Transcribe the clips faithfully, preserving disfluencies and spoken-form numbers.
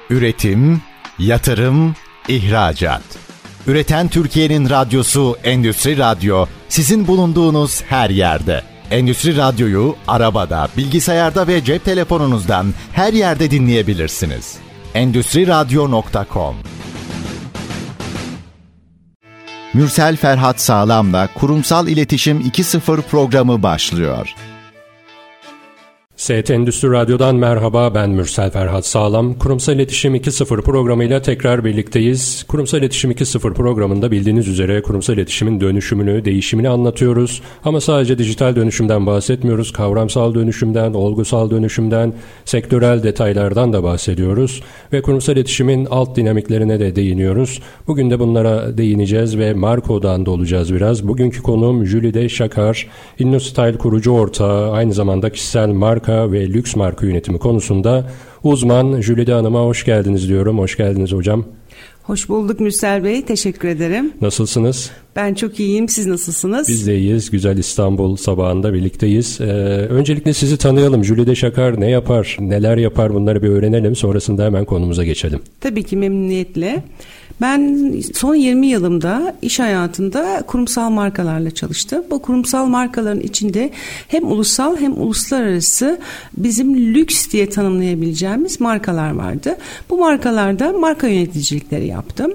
Üretim, yatırım, ihracat. Üreten Türkiye'nin radyosu Endüstri Radyo, sizin bulunduğunuz her yerde. Endüstri Radyo'yu arabada, bilgisayarda ve cep telefonunuzdan her yerde dinleyebilirsiniz. endüstri radyo nokta com. Mürsel Ferhat Sağlam'la Kurumsal İletişim iki nokta sıfır programı başlıyor. S T Endüstri Radyo'dan merhaba, ben Mürsel Ferhat Sağlam. Kurumsal İletişim iki nokta sıfır programıyla tekrar birlikteyiz. Kurumsal İletişim iki nokta sıfır programında bildiğiniz üzere kurumsal iletişimin dönüşümünü, değişimini anlatıyoruz. Ama sadece dijital dönüşümden bahsetmiyoruz. Kavramsal dönüşümden, olgusal dönüşümden, sektörel detaylardan da bahsediyoruz. Ve kurumsal iletişimin alt dinamiklerine de değiniyoruz. Bugün de bunlara değineceğiz ve marka odağında olacağız biraz. Bugünkü konuğum Jülide Şakar, InnoStyle kurucu ortağı, aynı zamanda kişisel marka ve lüks marka yönetimi konusunda uzman. Jülide Hanım'a hoş geldiniz diyorum. Hoş geldiniz hocam. Hoş bulduk Mürsel Bey. Teşekkür ederim. Nasılsınız? Ben çok iyiyim. Siz nasılsınız? Biz de iyiyiz. Güzel İstanbul sabahında birlikteyiz. Ee, öncelikle sizi tanıyalım. Jülide Şakar ne yapar, neler yapar, bunları bir öğrenelim. Sonrasında hemen konumuza geçelim. Tabii ki memnuniyetle. Ben son yirmi yılımda iş hayatında kurumsal markalarla çalıştım. Bu kurumsal markaların içinde hem ulusal hem uluslararası bizim lüks diye tanımlayabileceğimiz markalar vardı. Bu markalarda marka yöneticilikleri yaptım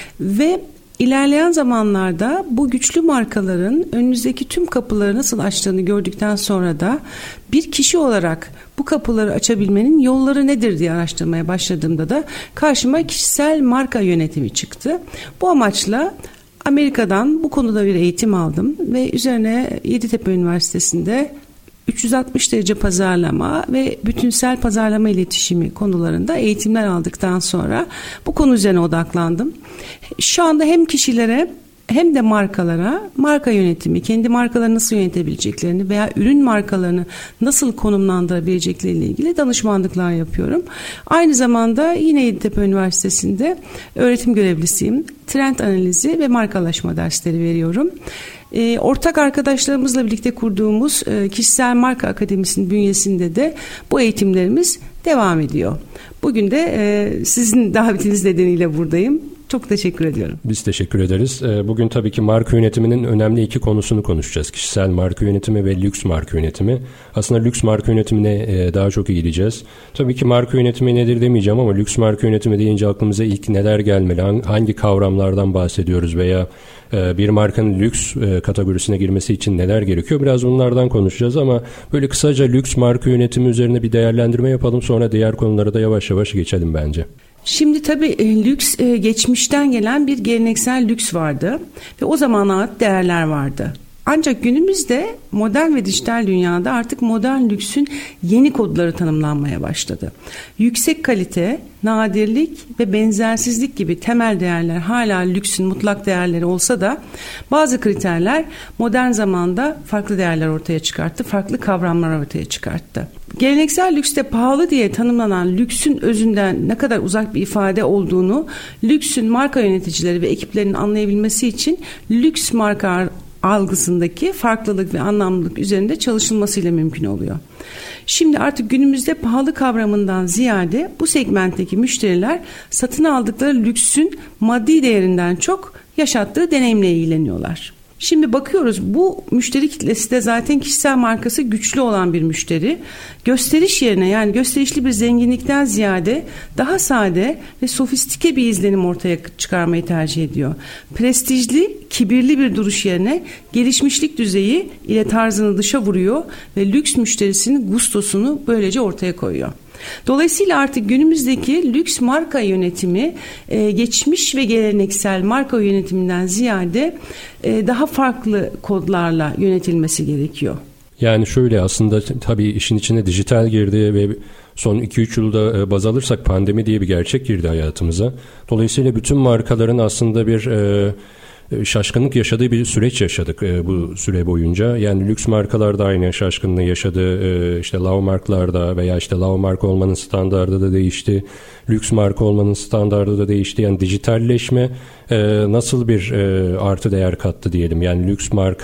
ve İlerleyen zamanlarda bu güçlü markaların önünüzdeki tüm kapıları nasıl açtığını gördükten sonra da bir kişi olarak bu kapıları açabilmenin yolları nedir diye araştırmaya başladığımda da karşıma kişisel marka yönetimi çıktı. Bu amaçla Amerika'dan bu konuda bir eğitim aldım ve üzerine Yeditepe Üniversitesi'nde üç yüz altmış derece pazarlama ve bütünsel pazarlama iletişimi konularında eğitimler aldıktan sonra bu konu üzerine odaklandım. Şu anda hem kişilere hem de markalara marka yönetimi, kendi markalarını nasıl yönetebileceklerini veya ürün markalarını nasıl konumlandırabilecekleriyle ilgili danışmanlıklar yapıyorum. Aynı zamanda yine Yeditepe Üniversitesi'nde öğretim görevlisiyim. Trend analizi ve markalaşma dersleri veriyorum. E, ortak arkadaşlarımızla birlikte kurduğumuz e, Kişisel Marka Akademisi'nin bünyesinde de bu eğitimlerimiz devam ediyor. Bugün de e, sizin davetiniz nedeniyle buradayım. Çok teşekkür ediyorum. Biz teşekkür ederiz. Bugün tabii ki marka yönetiminin önemli iki konusunu konuşacağız. Kişisel marka yönetimi ve lüks marka yönetimi. Aslında lüks marka yönetimine daha çok eğileceğiz. Tabii ki marka yönetimi nedir demeyeceğim ama lüks marka yönetimi deyince aklımıza ilk neler gelmeli? Hangi kavramlardan bahsediyoruz veya bir markanın lüks kategorisine girmesi için neler gerekiyor? Biraz bunlardan konuşacağız ama böyle kısaca lüks marka yönetimi üzerine bir değerlendirme yapalım. Sonra diğer konulara da yavaş yavaş geçelim bence. Şimdi tabii lüks geçmişten gelen bir geleneksel lüks vardı ve o zamana ait değerler vardı. Ancak günümüzde modern ve dijital dünyada artık modern lüksün yeni kodları tanımlanmaya başladı. Yüksek kalite, nadirlik ve benzersizlik gibi temel değerler hala lüksün mutlak değerleri olsa da bazı kriterler modern zamanda farklı değerler ortaya çıkarttı, farklı kavramlar ortaya çıkarttı. Geleneksel lükste pahalı diye tanımlanan lüksün özünden ne kadar uzak bir ifade olduğunu lüksün marka yöneticileri ve ekiplerinin anlayabilmesi için lüks marka algısındaki farklılık ve anlamlılık üzerinde çalışılmasıyla mümkün oluyor. Şimdi artık günümüzde pahalı kavramından ziyade bu segmentteki müşteriler satın aldıkları lüksün maddi değerinden çok yaşattığı deneyimle ilgileniyorlar. Şimdi bakıyoruz, bu müşteri kitlesi de zaten kişisel markası güçlü olan bir müşteri. Gösteriş yerine, yani gösterişli bir zenginlikten ziyade daha sade ve sofistike bir izlenim ortaya çıkarmayı tercih ediyor. Prestijli, kibirli bir duruş yerine gelişmişlik düzeyi ile tarzını dışa vuruyor ve lüks müşterisinin gustosunu böylece ortaya koyuyor. Dolayısıyla artık günümüzdeki lüks marka yönetimi e, geçmiş ve geleneksel marka yönetiminden ziyade e, daha farklı kodlarla yönetilmesi gerekiyor. Yani şöyle, aslında tabii işin içine dijital girdi ve son iki üç yılda baz alırsak pandemi diye bir gerçek girdi hayatımıza. Dolayısıyla bütün markaların aslında bir e, şaşkınlık yaşadığı bir süreç yaşadık e, bu süre boyunca. Yani lüks markalar da aynı şaşkınlığı yaşadı. E, işte love markalarda veya işte love marka olmanın standardı da değişti. Lüks marka olmanın standardı da değişti. Yani dijitalleşme e, nasıl bir e, artı değer kattı diyelim. Yani lüks marka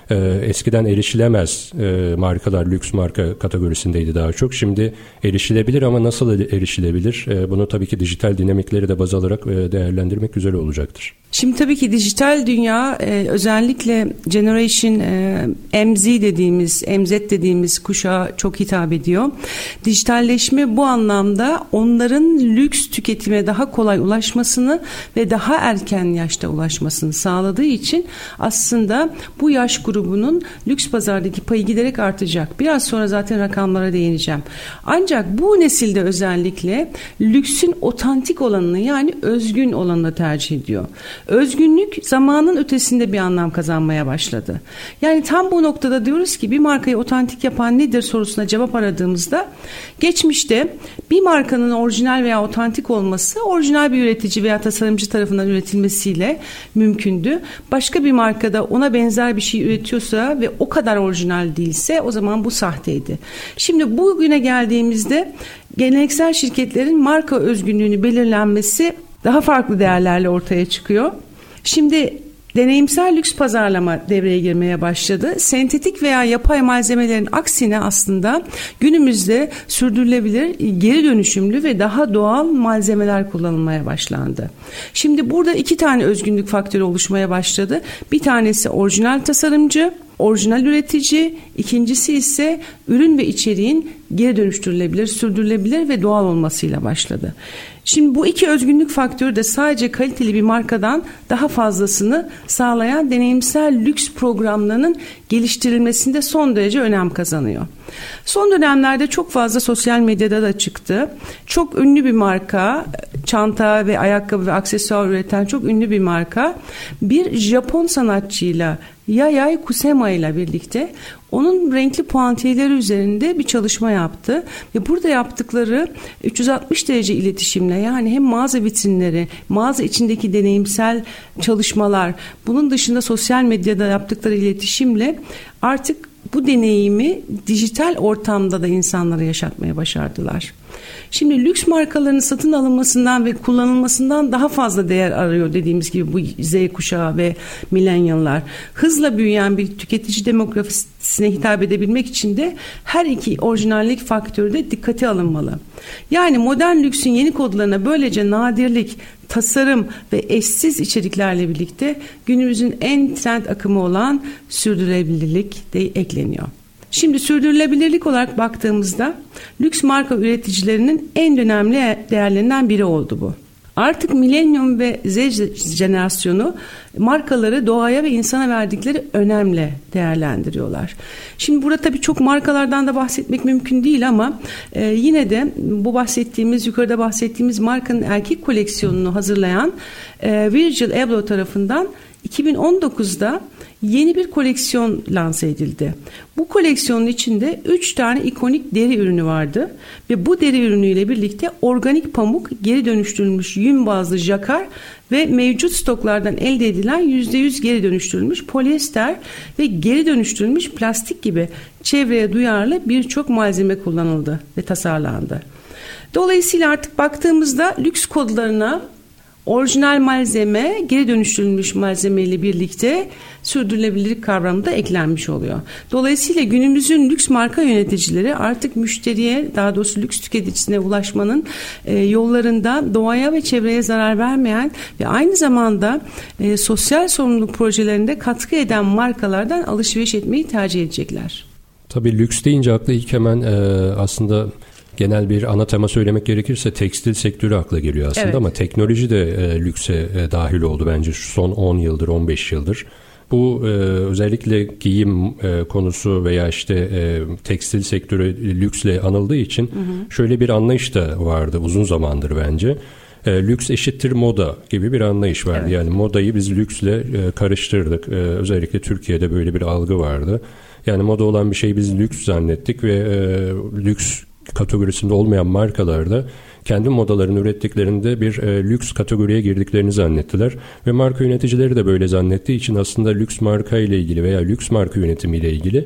e, eskiden erişilemez e, markalar lüks marka kategorisindeydi daha çok. Şimdi erişilebilir ama nasıl erişilebilir? E, bunu tabii ki dijital dinamikleri de baz alarak e, değerlendirmek güzel olacaktır. Şimdi tabii ki dijital dünya e, özellikle Generation e, M Z dediğimiz, M Z dediğimiz kuşağa çok hitap ediyor. Dijitalleşme bu anlamda onların lüks tüketime daha kolay ulaşmasını ve daha erken yaşta ulaşmasını sağladığı için aslında bu yaş grubunun lüks pazardaki payı giderek artacak. Biraz sonra zaten rakamlara değineceğim. Ancak bu nesilde özellikle lüksün otantik olanını, yani özgün olanını tercih ediyor. Özgünlük zamanın ötesinde bir anlam kazanmaya başladı. Yani tam bu noktada diyoruz ki bir markayı otantik yapan nedir sorusuna cevap aradığımızda geçmişte bir markanın orijinal veya otantik olması orijinal bir üretici veya tasarımcı tarafından üretilmesiyle mümkündü. Başka bir markada ona benzer bir şey üretiyorsa ve o kadar orijinal değilse o zaman bu sahteydi. Şimdi bugüne geldiğimizde geleneksel şirketlerin marka özgünlüğünü belirlenmesi daha farklı değerlerle ortaya çıkıyor. Şimdi deneyimsel lüks pazarlama devreye girmeye başladı. Sentetik veya yapay malzemelerin aksine aslında günümüzde sürdürülebilir, geri dönüşümlü ve daha doğal malzemeler kullanılmaya başlandı. Şimdi burada iki tane özgünlük faktörü oluşmaya başladı. Bir tanesi orijinal tasarımcı, orijinal üretici, ikincisi ise ürün ve içeriğin geri dönüştürülebilir, sürdürülebilir ve doğal olmasıyla başladı. Şimdi bu iki özgünlük faktörü de sadece kaliteli bir markadan daha fazlasını sağlayan deneyimsel lüks programlarının geliştirilmesinde son derece önem kazanıyor. Son dönemlerde çok fazla sosyal medyada da çıktı. Çok ünlü bir marka, çanta ve ayakkabı ve aksesuar üreten çok ünlü bir marka bir Japon sanatçıyla Yayai Kusama ile birlikte onun renkli puantiyeleri üzerinde bir çalışma yaptı ve burada yaptıkları üç yüz altmış derece iletişimle, yani hem mağaza vitrinleri, mağaza içindeki deneyimsel çalışmalar, bunun dışında sosyal medyada yaptıkları iletişimle artık bu deneyimi dijital ortamda da insanlara yaşatmaya başardılar. Şimdi lüks markaların satın alınmasından ve kullanılmasından daha fazla değer arıyor dediğimiz gibi bu Z kuşağı ve milenyallar. Hızla büyüyen bir tüketici demografisine hitap edebilmek için de her iki orijinallik faktörü de dikkate alınmalı. Yani modern lüksün yeni kodlarına böylece nadirlik, tasarım ve eşsiz içeriklerle birlikte günümüzün en trend akımı olan sürdürülebilirlik de ekleniyor. Şimdi sürdürülebilirlik olarak baktığımızda lüks marka üreticilerinin en önemli değerlerinden biri oldu bu. Artık milenyum ve Z jenerasyonu markaları doğaya ve insana verdikleri önemle değerlendiriyorlar. Şimdi burada tabii çok markalardan da bahsetmek mümkün değil ama e, yine de bu bahsettiğimiz, yukarıda bahsettiğimiz markanın erkek koleksiyonunu hazırlayan e, Virgil Abloh tarafından iki bin on dokuzda yeni bir koleksiyon lanse edildi. Bu koleksiyonun içinde üç tane ikonik deri ürünü vardı ve bu deri ürünüyle birlikte organik pamuk, geri dönüştürülmüş yün bazlı jakar ve mevcut stoklardan elde edilen yüzde yüz geri dönüştürülmüş polyester ve geri dönüştürülmüş plastik gibi çevreye duyarlı birçok malzeme kullanıldı ve tasarlandı. Dolayısıyla artık baktığımızda lüks kodlarına orijinal malzeme, geri dönüştürülmüş malzeme ile birlikte sürdürülebilirlik kavramı da eklenmiş oluyor. Dolayısıyla günümüzün lüks marka yöneticileri artık müşteriye, daha doğrusu lüks tüketicisine ulaşmanın e, yollarında doğaya ve çevreye zarar vermeyen ve aynı zamanda e, sosyal sorumluluk projelerinde katkı eden markalardan alışveriş etmeyi tercih edecekler. Tabii lüks deyince akla ilk hemen e, aslında genel bir ana tema söylemek gerekirse tekstil sektörü akla geliyor aslında, evet. Ama teknoloji de e, lükse e, dahil oldu bence şu son on yıldır, on beş yıldır. Bu e, özellikle giyim e, konusu veya işte e, tekstil sektörü lüksle anıldığı için hı hı. şöyle bir anlayış da vardı uzun zamandır bence. E, lüks eşittir moda gibi bir anlayış vardı. Evet. Yani modayı biz lüksle e, karıştırdık. E, özellikle Türkiye'de böyle bir algı vardı. Yani moda olan bir şeyi biz lüks zannettik ve e, lüks kategorisinde olmayan markalarda kendi modalarını ürettiklerinde bir e, lüks kategoriye girdiklerini zannettiler ve marka yöneticileri de böyle zannettiği için aslında lüks marka ile ilgili veya lüks marka yönetimi ile ilgili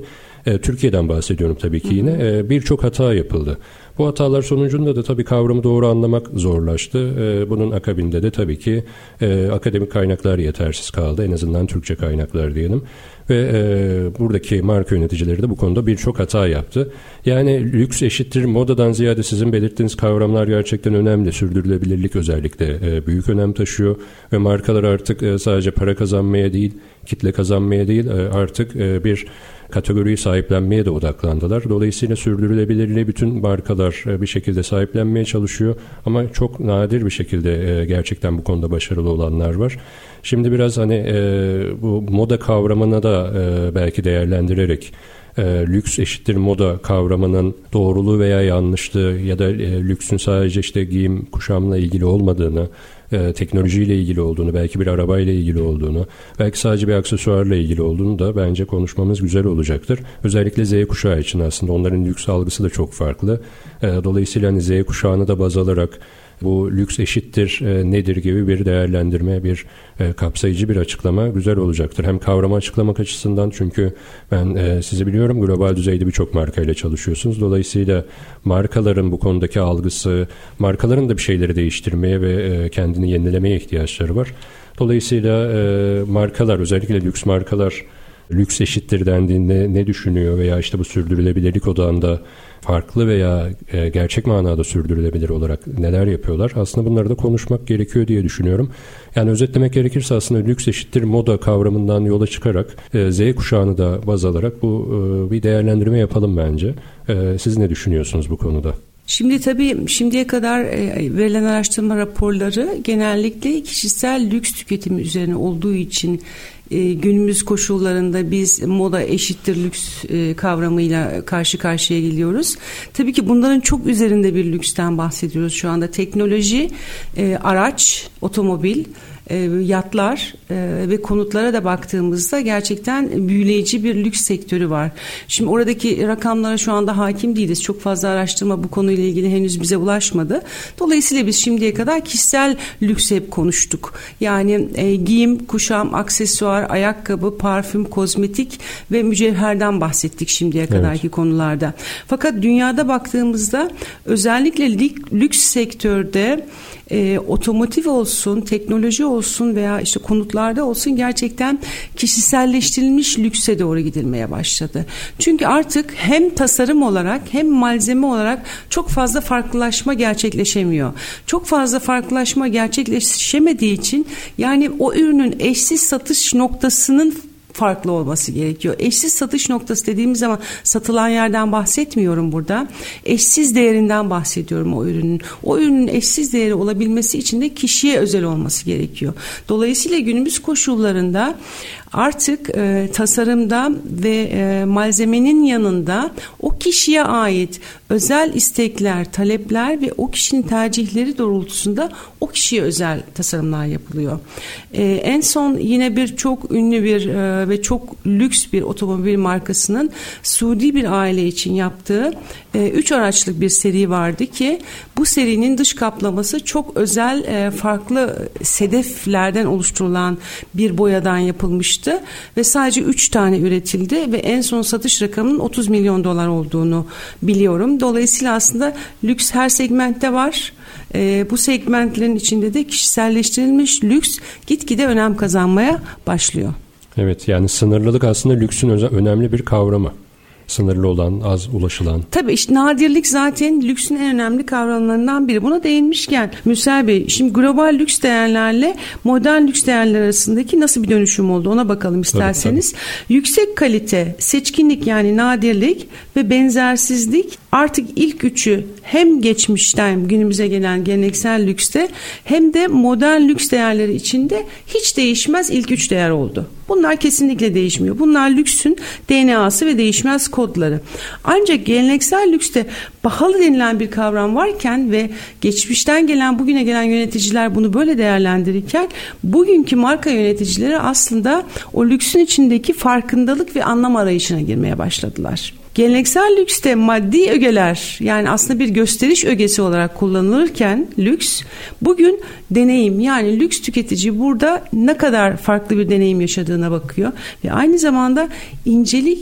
E, Türkiye'den bahsediyorum tabii ki yine. E, birçok hata yapıldı. Bu hatalar sonucunda da tabii kavramı doğru anlamak zorlaştı. E, bunun akabinde de tabii ki e, akademik kaynaklar yetersiz kaldı. En azından Türkçe kaynaklar diyelim. Ve e, buradaki marka yöneticileri de bu konuda birçok hata yaptı. Yani lüks eşittir modadan ziyade sizin belirttiğiniz kavramlar gerçekten önemli. Sürdürülebilirlik özellikle e, büyük önem taşıyor. Ve markalar artık e, sadece para kazanmaya değil, kitle kazanmaya değil, e, artık e, bir kategoriyi sahiplenmeye de odaklandılar. Dolayısıyla sürdürülebilirliği bütün markalar e, bir şekilde sahiplenmeye çalışıyor. Ama çok nadir bir şekilde e, gerçekten bu konuda başarılı olanlar var. Şimdi biraz hani e, bu moda kavramına da e, belki değerlendirerek e, lüks eşittir moda kavramının doğruluğu veya yanlışlığı ya da e, lüksün sadece işte giyim kuşamla ilgili olmadığını, e, teknolojiyle ilgili olduğunu, belki bir arabayla ilgili olduğunu, belki sadece bir aksesuarla ilgili olduğunu da bence konuşmamız güzel olacaktır. Özellikle Z kuşağı için aslında onların lüks algısı da çok farklı. E, dolayısıyla hani Z kuşağını da baz alarak bu lüks eşittir e, nedir gibi bir değerlendirme, bir e, kapsayıcı bir açıklama güzel olacaktır. Hem kavramı açıklamak açısından, çünkü ben e, sizi biliyorum, global düzeyde birçok markayla çalışıyorsunuz. Dolayısıyla markaların bu konudaki algısı, markaların da bir şeyleri değiştirmeye ve e, kendini yenilemeye ihtiyaçları var. Dolayısıyla e, markalar, özellikle lüks markalar lüks eşittir dendiğinde ne düşünüyor veya işte bu sürdürülebilirlik odağında farklı veya e, gerçek manada sürdürülebilir olarak neler yapıyorlar? Aslında bunları da konuşmak gerekiyor diye düşünüyorum. Yani özetlemek gerekirse aslında lüks eşittir moda kavramından yola çıkarak e, Z kuşağını da baz alarak bu e, bir değerlendirme yapalım bence. E, siz ne düşünüyorsunuz bu konuda? Şimdi tabii şimdiye kadar verilen araştırma raporları genellikle kişisel lüks tüketimi üzerine olduğu için günümüz koşullarında biz moda eşittir lüks kavramıyla karşı karşıya geliyoruz. Tabii ki bunların çok üzerinde bir lüksten bahsediyoruz şu anda. Teknoloji, araç, otomobil, yatlar ve konutlara da baktığımızda gerçekten büyüleyici bir lüks sektörü var. Şimdi oradaki rakamlara şu anda hakim değiliz. Çok fazla araştırma bu konuyla ilgili henüz bize ulaşmadı. Dolayısıyla biz şimdiye kadar kişisel lüks hep konuştuk. Yani e, giyim, kuşam, aksesuar, ayakkabı, parfüm, kozmetik ve mücevherden bahsettik şimdiye kadarki evet. konularda. Fakat dünyada baktığımızda özellikle lüks sektörde E, otomotiv olsun, teknoloji olsun veya işte konutlarda olsun gerçekten kişiselleştirilmiş lükse doğru gidilmeye başladı. Çünkü artık hem tasarım olarak hem malzeme olarak çok fazla farklılaşma gerçekleşemiyor. Çok fazla farklılaşma gerçekleşemediği için yani o ürünün eşsiz satış noktasının farklı olması gerekiyor. Eşsiz satış noktası dediğimiz zaman satılan yerden bahsetmiyorum burada. Eşsiz değerinden bahsediyorum o ürünün. O ürünün eşsiz değeri olabilmesi için de kişiye özel olması gerekiyor. Dolayısıyla günümüz koşullarında artık e, tasarımda ve e, malzemenin yanında o kişiye ait özel istekler, talepler ve o kişinin tercihleri doğrultusunda o kişiye özel tasarımlar yapılıyor. E, en son yine bir çok ünlü bir e, ve çok lüks bir otomobil markasının Suudi bir aile için yaptığı e, üç araçlık bir seri vardı ki bu serinin dış kaplaması çok özel e, farklı sedeflerden oluşturulan bir boyadan yapılmıştı. Ve sadece üç tane üretildi ve en son satış rakamının otuz milyon dolar olduğunu biliyorum. Dolayısıyla aslında lüks her segmentte var. E, bu segmentlerin içinde de kişiselleştirilmiş lüks gitgide önem kazanmaya başlıyor. Evet, yani sınırlılık aslında lüksün önemli bir kavramı. Sınırlı olan, az ulaşılan. Tabii işte nadirlik zaten lüksün en önemli kavramlarından biri. Buna değinmişken Mürsel Bey, şimdi global lüks değerlerle modern lüks değerler arasındaki nasıl bir dönüşüm oldu ona bakalım isterseniz. Tabii, tabii. Yüksek kalite, seçkinlik yani nadirlik ve benzersizlik artık ilk üçü hem geçmişten günümüze gelen geleneksel lükste hem de modern lüks değerleri içinde hiç değişmez ilk üç değer oldu. Bunlar kesinlikle değişmiyor. Bunlar lüksün D N A'sı ve değişmez kodları. Ancak geleneksel lükste pahalı denilen bir kavram varken ve geçmişten gelen bugüne gelen yöneticiler bunu böyle değerlendirirken bugünkü marka yöneticileri aslında o lüksün içindeki farkındalık ve anlam arayışına girmeye başladılar. Geleneksel lükste maddi ögeler yani aslında bir gösteriş ögesi olarak kullanılırken lüks bugün deneyim yani lüks tüketici burada ne kadar farklı bir deneyim yaşadığına bakıyor ve aynı zamanda incelik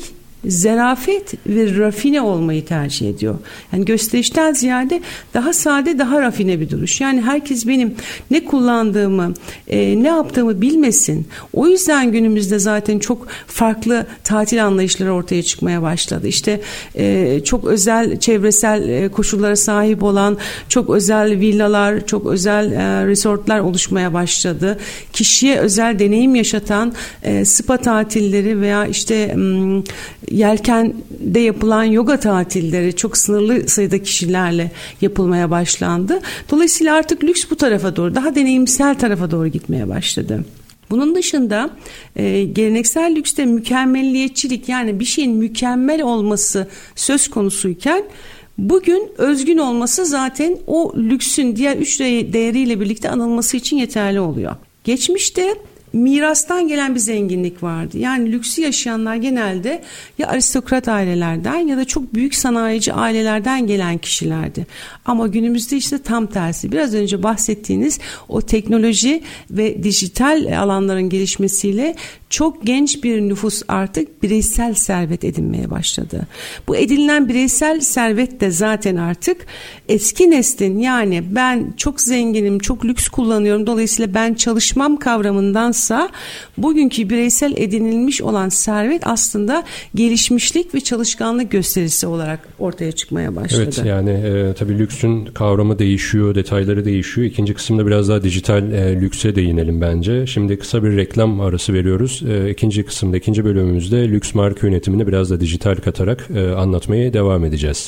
zarafet ve rafine olmayı tercih ediyor. Yani gösterişten ziyade daha sade, daha rafine bir duruş. Yani herkes benim ne kullandığımı, e, ne yaptığımı bilmesin. O yüzden günümüzde zaten çok farklı tatil anlayışları ortaya çıkmaya başladı. İşte e, çok özel çevresel e, koşullara sahip olan çok özel villalar, çok özel e, resortlar oluşmaya başladı. Kişiye özel deneyim yaşatan e, spa tatilleri veya işte m, yelkende yapılan yoga tatilleri çok sınırlı sayıda kişilerle yapılmaya başlandı. Dolayısıyla artık lüks bu tarafa doğru, daha deneyimsel tarafa doğru gitmeye başladı. Bunun dışında e, geleneksel lükste mükemmelliyetçilik, yani bir şeyin mükemmel olması söz konusuyken bugün özgün olması zaten o lüksün diğer üç değeriyle birlikte anılması için yeterli oluyor. Geçmişte mirastan gelen bir zenginlik vardı. Yani lüksü yaşayanlar genelde ya aristokrat ailelerden ya da çok büyük sanayici ailelerden gelen kişilerdi. Ama günümüzde işte tam tersi. Biraz önce bahsettiğiniz o teknoloji ve dijital alanların gelişmesiyle çok genç bir nüfus artık bireysel servet edinmeye başladı. Bu edinilen bireysel servet de zaten artık eski neslin, yani ben çok zenginim, çok lüks kullanıyorum, dolayısıyla ben çalışmam kavramındansa bugünkü bireysel edinilmiş olan servet aslında gelişmişlik ve çalışkanlık gösterisi olarak ortaya çıkmaya başladı. Evet, yani e, tabii lüksün kavramı değişiyor, detayları değişiyor. İkinci kısımda biraz daha dijital e, lükse değinelim bence. Şimdi kısa bir reklam arası veriyoruz. E, ikinci kısımda, ikinci bölümümüzde lüks marka yönetimini biraz da dijital katarak e, anlatmaya devam edeceğiz.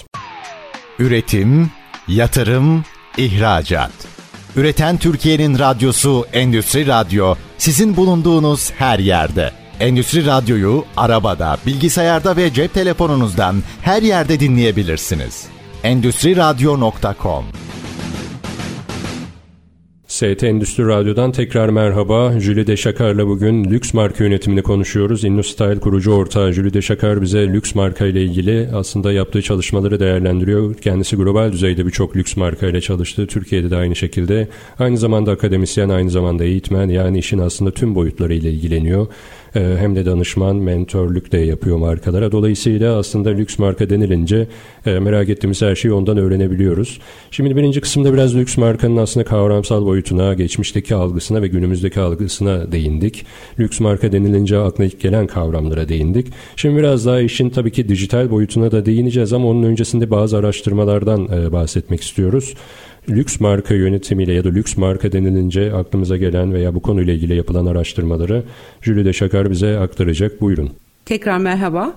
Üretim, yatırım, ihracat. Üreten Türkiye'nin radyosu Endüstri Radyo, sizin bulunduğunuz her yerde. Endüstri Radyo'yu arabada, bilgisayarda ve cep telefonunuzdan her yerde dinleyebilirsiniz. endüstri radyo nokta com. S T Endüstri Radyo'dan tekrar merhaba. Jülide Şakar'la bugün lüks marka yönetimini konuşuyoruz. InnoStyle kurucu ortağı Jülide Şakar bize lüks marka ile ilgili aslında yaptığı çalışmaları değerlendiriyor. Kendisi global düzeyde birçok lüks marka ile çalıştı. Türkiye'de de aynı şekilde. Aynı zamanda akademisyen, aynı zamanda eğitmen, yani işin aslında tüm boyutlarıyla ilgileniyor. Hem de danışman, mentörlük de yapıyor markalara. Dolayısıyla aslında lüks marka denilince merak ettiğimiz her şeyi ondan öğrenebiliyoruz. Şimdi birinci kısımda biraz lüks markanın aslında kavramsal boyutuna, geçmişteki algısına ve günümüzdeki algısına değindik. Lüks marka denilince aklına ilk gelen kavramlara değindik. Şimdi biraz daha işin tabii ki dijital boyutuna da değineceğiz ama onun öncesinde bazı araştırmalardan bahsetmek istiyoruz. Lüks marka yönetimiyle ya da lüks marka denilince aklımıza gelen veya bu konuyla ilgili yapılan araştırmaları Jülide Şakar bize aktaracak. Buyurun. Tekrar merhaba.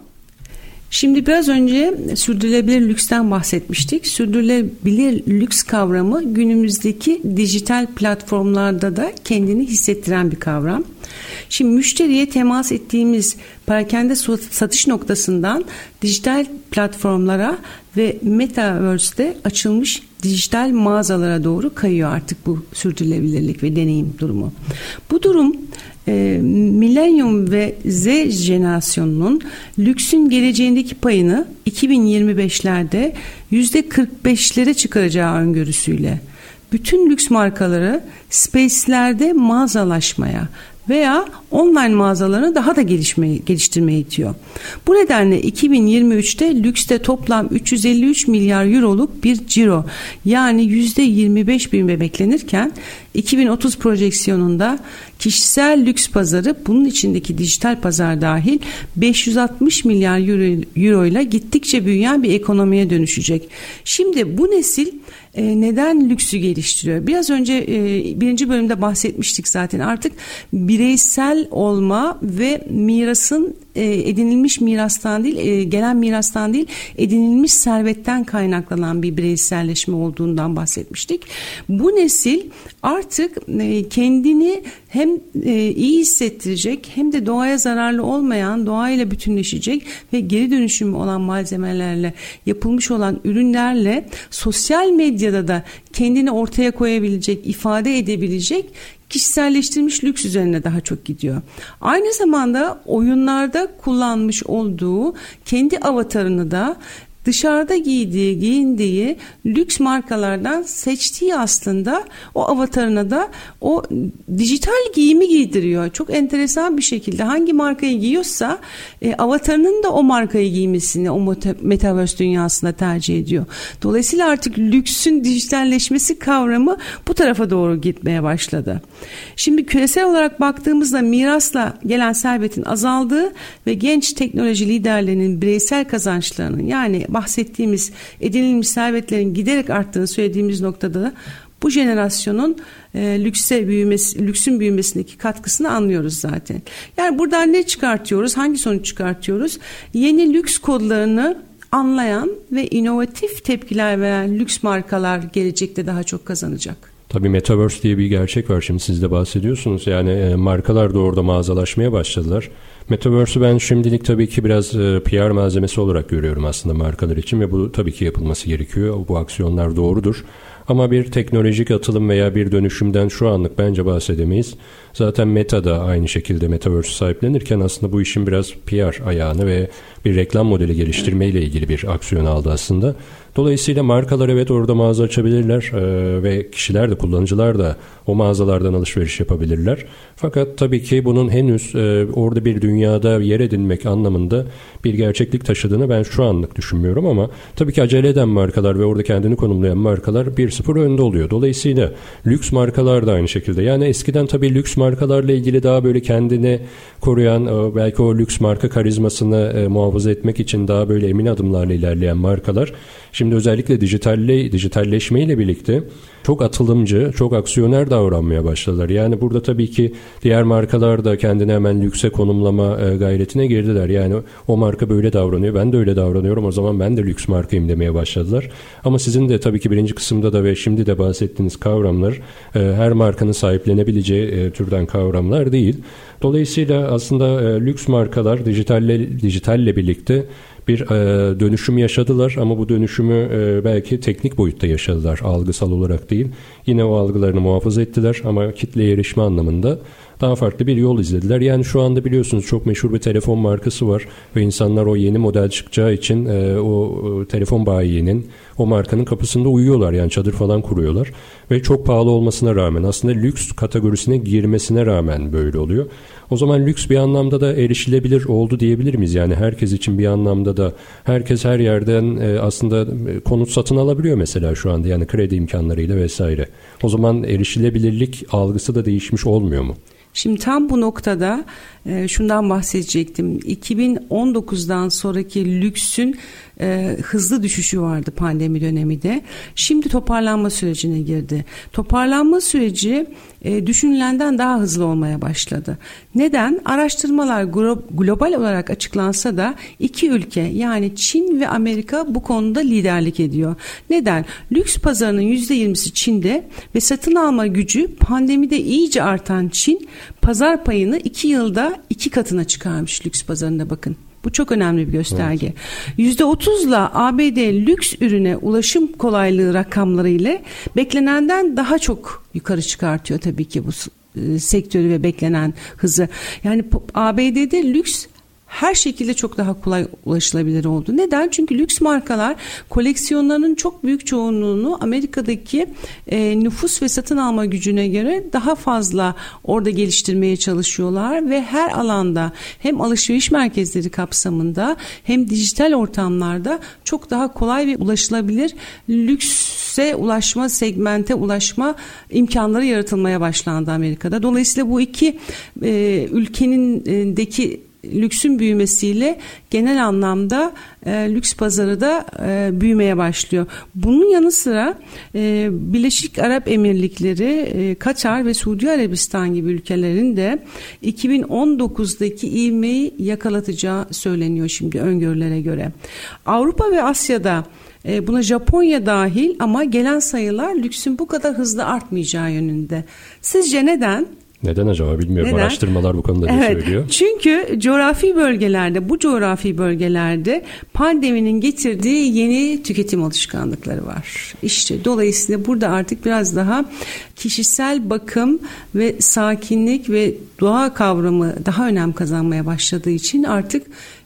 Şimdi biraz önce sürdürülebilir lüksten bahsetmiştik. Sürdürülebilir lüks kavramı günümüzdeki dijital platformlarda da kendini hissettiren bir kavram. Şimdi müşteriye temas ettiğimiz perakende satış noktasından dijital platformlara ve Metaverse'de açılmış dijital mağazalara doğru kayıyor artık bu sürdürülebilirlik ve deneyim durumu. Bu durum e, Millennium ve Z jenerasyonunun lüksün geleceğindeki payını iki bin yirmi beşlerde yüzde kırk beşlere çıkaracağı öngörüsüyle bütün lüks markaları space'lerde mağazalaşmaya veya online mağazalarını daha da gelişmeye, geliştirmeye itiyor. Bu nedenle iki bin yirmi üçte lükste toplam üç yüz elli üç milyar euroluk bir ciro, yani yüzde yirmi beş büyüme beklenirken iki bin otuz projeksiyonunda kişisel lüks pazarı, bunun içindeki dijital pazar dahil, beş yüz altmış milyar euro, euro ile gittikçe büyüyen bir ekonomiye dönüşecek. Şimdi bu nesil e, neden lüksü geliştiriyor? Biraz önce e, birinci bölümde bahsetmiştik zaten. Artık bireysel olma ve mirasın e, edinilmiş mirastan değil, e, gelen mirastan değil, edinilmiş servetten kaynaklanan bir bireyselleşme olduğundan bahsetmiştik. Bu nesil artık e, kendini hem e, iyi hissettirecek hem de doğaya zararlı olmayan, doğayla bütünleşecek ve geri dönüşümü olan malzemelerle yapılmış olan ürünlerle sosyal medyada da kendini ortaya koyabilecek, ifade edebilecek kişiselleştirilmiş lüks üzerine daha çok gidiyor. Aynı zamanda oyunlarda kullanmış olduğu kendi avatarını da dışarıda giydiği, giyindiği lüks markalardan seçtiği aslında o avatarına da o dijital giyimi giydiriyor. Çok enteresan bir şekilde hangi markayı giyiyorsa e, avatarının da o markayı giymesini o metaverse dünyasında tercih ediyor. Dolayısıyla artık lüksün dijitalleşmesi kavramı bu tarafa doğru gitmeye başladı. Şimdi küresel olarak baktığımızda mirasla gelen servetin azaldığı ve genç teknoloji liderlerinin bireysel kazançlarının, yani bahsettiğimiz edinilmiş servetlerin giderek arttığını söylediğimiz noktada da bu jenerasyonun e, lükse büyümesi, lüksün büyümesindeki katkısını anlıyoruz zaten. Yani buradan ne çıkartıyoruz? Hangi sonuç çıkartıyoruz? Yeni lüks kodlarını anlayan ve inovatif tepkiler veren lüks markalar gelecekte daha çok kazanacak. Tabii Metaverse diye bir gerçek var, şimdi siz de bahsediyorsunuz. Yani e, markalar da orada mağazalaşmaya başladılar. Metaverse'ü ben şimdilik tabii ki biraz e, P R malzemesi olarak görüyorum aslında markalar için ve bu tabii ki yapılması gerekiyor. Bu aksiyonlar doğrudur. Ama bir teknolojik atılım veya bir dönüşümden şu anlık bence bahsedemeyiz. Zaten Meta da aynı şekilde Metaverse sahiplenirken aslında bu işin biraz P R ayağını ve bir reklam modeli geliştirmeyle ilgili bir aksiyon aldı aslında. Dolayısıyla markalar evet orada mağaza açabilirler e, ve kişiler de, kullanıcılar da o mağazalardan alışveriş yapabilirler. Fakat tabii ki bunun henüz e, orada bir dünyada yer edinmek anlamında bir gerçeklik taşıdığını ben şu anlık düşünmüyorum ama tabii ki acele eden markalar ve orada kendini konumlayan markalar bir sıfır önde oluyor. Dolayısıyla lüks markalar da aynı şekilde. Yani eskiden tabii lüks markalarla ilgili daha böyle kendini koruyan, e, belki o lüks marka karizmasını e, muhafaza etmek için daha böyle emin adımlarla ilerleyen markalar şimdi özellikle dijitalle, dijitalleşmeyle birlikte çok atılımcı, çok aksiyoner davranmaya başladılar. Yani burada tabii ki diğer markalar da kendini hemen lükse konumlama e, gayretine girdiler. Yani o marka böyle davranıyor, ben de öyle davranıyorum, o zaman ben de lüks markayım demeye başladılar. Ama sizin de tabii ki birinci kısımda da ve şimdi de bahsettiğiniz kavramlar e, her markanın sahiplenebileceği e, türden kavramlar değil. Dolayısıyla aslında e, lüks markalar dijitalle, dijitalle birlikte bir e, dönüşüm yaşadılar ama bu dönüşümü e, belki teknik boyutta yaşadılar, algısal olarak değil. Yine o algılarını muhafaza ettiler ama kitleye erişme anlamında daha farklı bir yol izlediler. Yani şu anda biliyorsunuz çok meşhur bir telefon markası var ve insanlar o yeni model çıkacağı için e, o, o telefon bayinin, o markanın kapısında uyuyorlar. Yani çadır falan kuruyorlar ve çok pahalı olmasına rağmen, aslında lüks kategorisine girmesine rağmen böyle oluyor. O zaman lüks bir anlamda da erişilebilir oldu diyebilir miyiz? Yani herkes için bir anlamda da herkes her yerden e, aslında konut satın alabiliyor mesela şu anda, yani kredi imkanlarıyla vesaire. O zaman erişilebilirlik algısı da değişmiş olmuyor mu? Şimdi tam bu noktada e, şundan bahsedecektim. iki bin on dokuzdan sonraki lüksün e, hızlı düşüşü vardı pandemi döneminde. Şimdi toparlanma sürecine girdi. Toparlanma süreci e, düşünülenden daha hızlı olmaya başladı. Neden? Araştırmalar glo- global olarak açıklansa da iki ülke, yani Çin ve Amerika bu konuda liderlik ediyor. Neden? Lüks pazarının yüzde yirmisi Çin'de ve satın alma gücü pandemide iyice artan Çin pazar payını iki yılda iki katına çıkarmış lüks pazarında, bakın. Bu çok önemli bir gösterge. Evet. yüzde otuzla A B D lüks ürüne ulaşım kolaylığı rakamları ile beklenenden daha çok yukarı çıkartıyor tabii ki bu e, sektörü ve beklenen hızı. Yani A B D'de lüks her şekilde çok daha kolay ulaşılabilir oldu. Neden? Çünkü lüks markalar koleksiyonlarının çok büyük çoğunluğunu Amerika'daki e, nüfus ve satın alma gücüne göre daha fazla orada geliştirmeye çalışıyorlar ve her alanda hem alışveriş merkezleri kapsamında hem dijital ortamlarda çok daha kolay ve ulaşılabilir lükse ulaşma, segmente ulaşma imkanları yaratılmaya başlandı Amerika'da. Dolayısıyla bu iki e, ülkenindeki lüksün büyümesiyle genel anlamda e, lüks pazarı da e, büyümeye başlıyor. Bunun yanı sıra e, Birleşik Arap Emirlikleri, e, Katar ve Suudi Arabistan gibi ülkelerin de iki bin on dokuzdaki ivmeyi yakalatacağı söyleniyor şimdi öngörülere göre. Avrupa ve Asya'da, e, buna Japonya dahil, ama gelen sayılar lüksün bu kadar hızlı artmayacağı yönünde. Sizce neden? Neden acaba bilmiyorum. Neden? Araştırmalar bu konuda evet, ne söylüyor? Çünkü coğrafi bölgelerde, bu coğrafi bölgelerde pandeminin getirdiği yeni tüketim alışkanlıkları var. İşte dolayısıyla burada artık biraz daha kişisel bakım ve sakinlik ve doğa kavramı daha önem kazanmaya başladığı için artık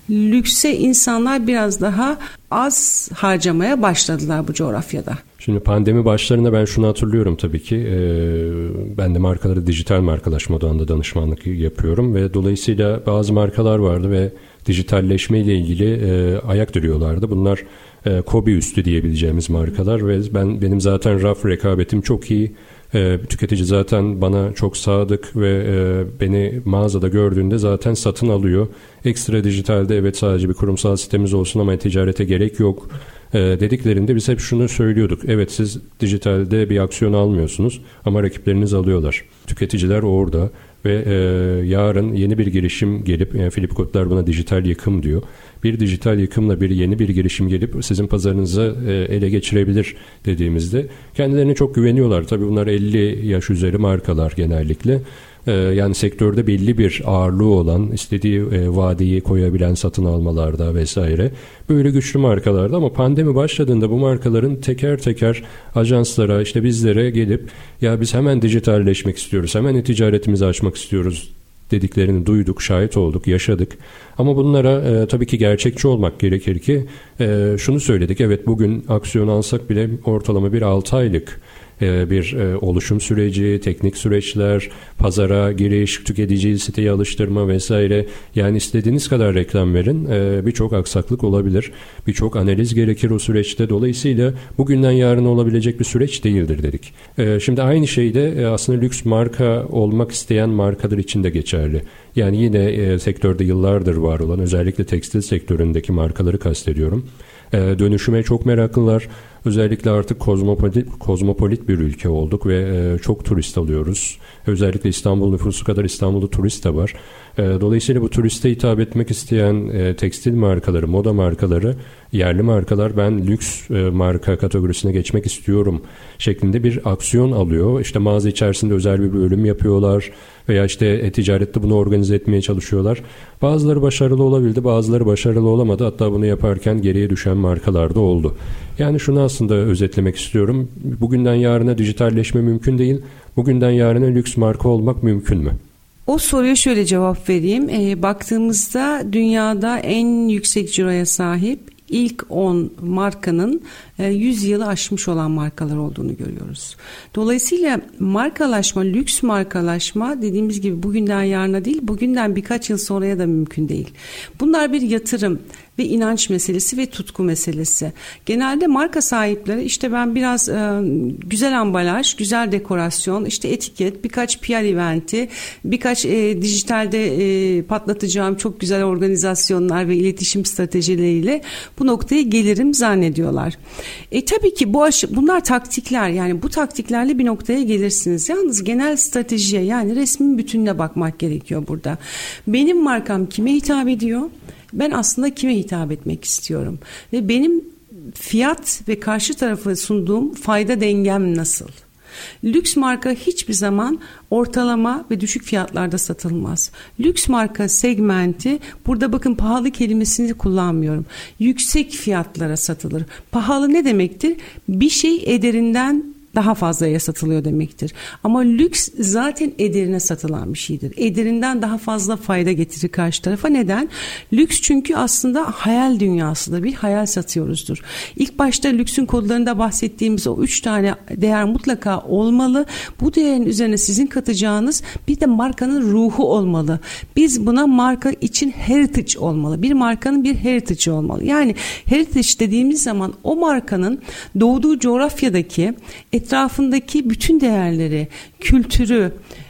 lükse insanlar biraz daha az harcamaya başladılar bu coğrafyada. Şimdi pandemi başlarında ben şunu hatırlıyorum tabii ki. Ee, ben de markalara dijital markalaşma odağında danışmanlık yapıyorum ve dolayısıyla bazı markalar vardı ve dijitalleşme ile ilgili e, ayak diriyorlardı. Bunlar e, KOBİ üstü diyebileceğimiz markalar ve ben benim zaten raf rekabetim çok iyi. E, tüketici zaten bana çok sadık ve e, beni mağazada gördüğünde zaten satın alıyor. Ekstra dijitalde evet sadece bir kurumsal sitemiz olsun ama ticarete gerek yok e, dediklerinde biz hep şunu söylüyorduk. Evet siz dijitalde bir aksiyon almıyorsunuz ama rakipleriniz alıyorlar. Tüketiciler orada ve e, yarın yeni bir girişim gelip, yani Philip Kotler buna dijital yıkım diyor. Bir dijital yıkımla bir yeni bir girişim gelip sizin pazarınızı e, ele geçirebilir dediğimizde kendilerine çok güveniyorlar. Tabii bunlar elli yaş üzeri markalar genellikle. E, yani sektörde belli bir ağırlığı olan, istediği e, vadeyi koyabilen satın almalarda vesaire. Böyle güçlü markalarda ama pandemi başladığında bu markaların teker teker ajanslara, işte bizlere gelip ya biz hemen dijitalleşmek istiyoruz, hemen ticaretimizi açmak istiyoruz dediklerini duyduk, şahit olduk, yaşadık. Ama bunlara e, tabii ki gerçekçi olmak gerekir ki e, şunu söyledik. Evet bugün aksiyon alsak bile ortalama bir altı aylık e, bir e, oluşum süreci, teknik süreçler, pazara giriş, tüketiciyi siteye alıştırma vesaire. Yani istediğiniz kadar reklam verin. E, birçok aksaklık olabilir. Birçok analiz gerekir o süreçte. Dolayısıyla bugünden yarına olabilecek bir süreç değildir dedik. E, şimdi aynı şey de e, aslında lüks marka olmak isteyen markalar için de geçerli. Yani yine e, sektörde yıllardır var olan özellikle tekstil sektöründeki markaları kastediyorum. E, dönüşüme çok meraklılar. Özellikle artık kozmopolit, kozmopolit bir ülke olduk ve e, çok turist alıyoruz. Özellikle İstanbul nüfusu kadar İstanbul'da turist de var. E, dolayısıyla bu turiste hitap etmek isteyen e, tekstil markaları, moda markaları, yerli markalar ben lüks e, marka kategorisine geçmek istiyorum şeklinde bir aksiyon alıyor. İşte mağaza içerisinde özel bir bölüm yapıyorlar veya işte e-ticarette bunu organize etmeye çalışıyorlar. Bazıları başarılı olabildi, bazıları başarılı olamadı. Hatta bunu yaparken geriye düşen markalar da oldu. Yani şunu aslında özetlemek istiyorum. Bugünden yarına dijitalleşme mümkün değil. Bugünden yarına lüks marka olmak mümkün mü? O soruya şöyle cevap vereyim. E, baktığımızda dünyada en yüksek ciroya sahip ilk on markanın yüz yılı aşmış olan markalar olduğunu görüyoruz. Dolayısıyla markalaşma, lüks markalaşma dediğimiz gibi bugünden yarına değil, bugünden birkaç yıl sonraya da mümkün değil. Bunlar bir yatırım ve inanç meselesi ve tutku meselesi. Genelde marka sahipleri işte ben biraz e, güzel ambalaj, güzel dekorasyon, işte etiket, birkaç P R eventi, birkaç e, dijitalde e, patlatacağım çok güzel organizasyonlar ve iletişim stratejileriyle bu noktaya gelirim zannediyorlar. E tabii ki bu aşı, bunlar taktikler, yani bu taktiklerle bir noktaya gelirsiniz. Yalnız genel stratejiye, yani resmin bütününe bakmak gerekiyor burada. Benim markam kime hitap ediyor? Ben aslında kime hitap etmek istiyorum? Ve benim fiyat ve karşı tarafa sunduğum fayda dengem nasıl? Lüks marka hiçbir zaman ortalama ve düşük fiyatlarda satılmaz. Lüks marka segmenti, burada bakın pahalı kelimesini kullanmıyorum. Yüksek fiyatlara satılır. Pahalı ne demektir? Bir şey ederinden daha fazlaya satılıyor demektir. Ama lüks zaten ederine satılan bir şeydir. Ederinden daha fazla fayda getirir karşı tarafa. Neden? Lüks çünkü aslında hayal dünyasıdır. Bir hayal satıyoruzdur. İlk başta lüksün kodlarında bahsettiğimiz o üç tane değer mutlaka olmalı. Bu değerin üzerine sizin katacağınız bir de markanın ruhu olmalı. Biz buna marka için heritage olmalı. Bir markanın bir heritage olmalı. Yani heritage dediğimiz zaman o markanın doğduğu coğrafyadaki etrafındaki bütün değerleri, kültürü,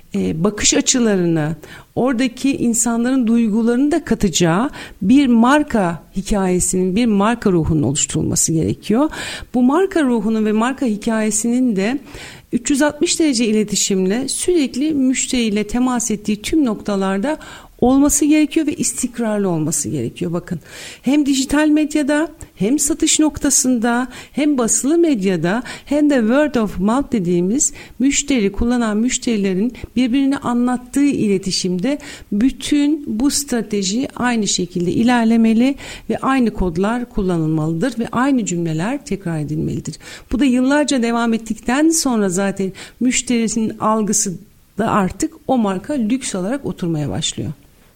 bakış açılarını, oradaki insanların duygularını da katacağı bir marka hikayesinin, bir marka ruhunun oluşturulması gerekiyor. Bu marka ruhunun ve marka hikayesinin de üç yüz altmış derece iletişimle sürekli müşteriyle temas ettiği tüm noktalarda olması gerekiyor ve istikrarlı olması gerekiyor. Bakın, hem dijital medyada, hem satış noktasında, hem basılı medyada, hem de word of mouth dediğimiz müşteri, kullanan müşterilerin birbirini anlattığı iletişimde bütün bu strateji aynı şekilde ilerlemeli ve aynı kodlar kullanılmalıdır ve aynı cümleler tekrar edilmelidir. Bu da yıllarca devam ettikten sonra zaten müşterisinin algısı da artık o marka lüks olarak oturmaya başlıyor.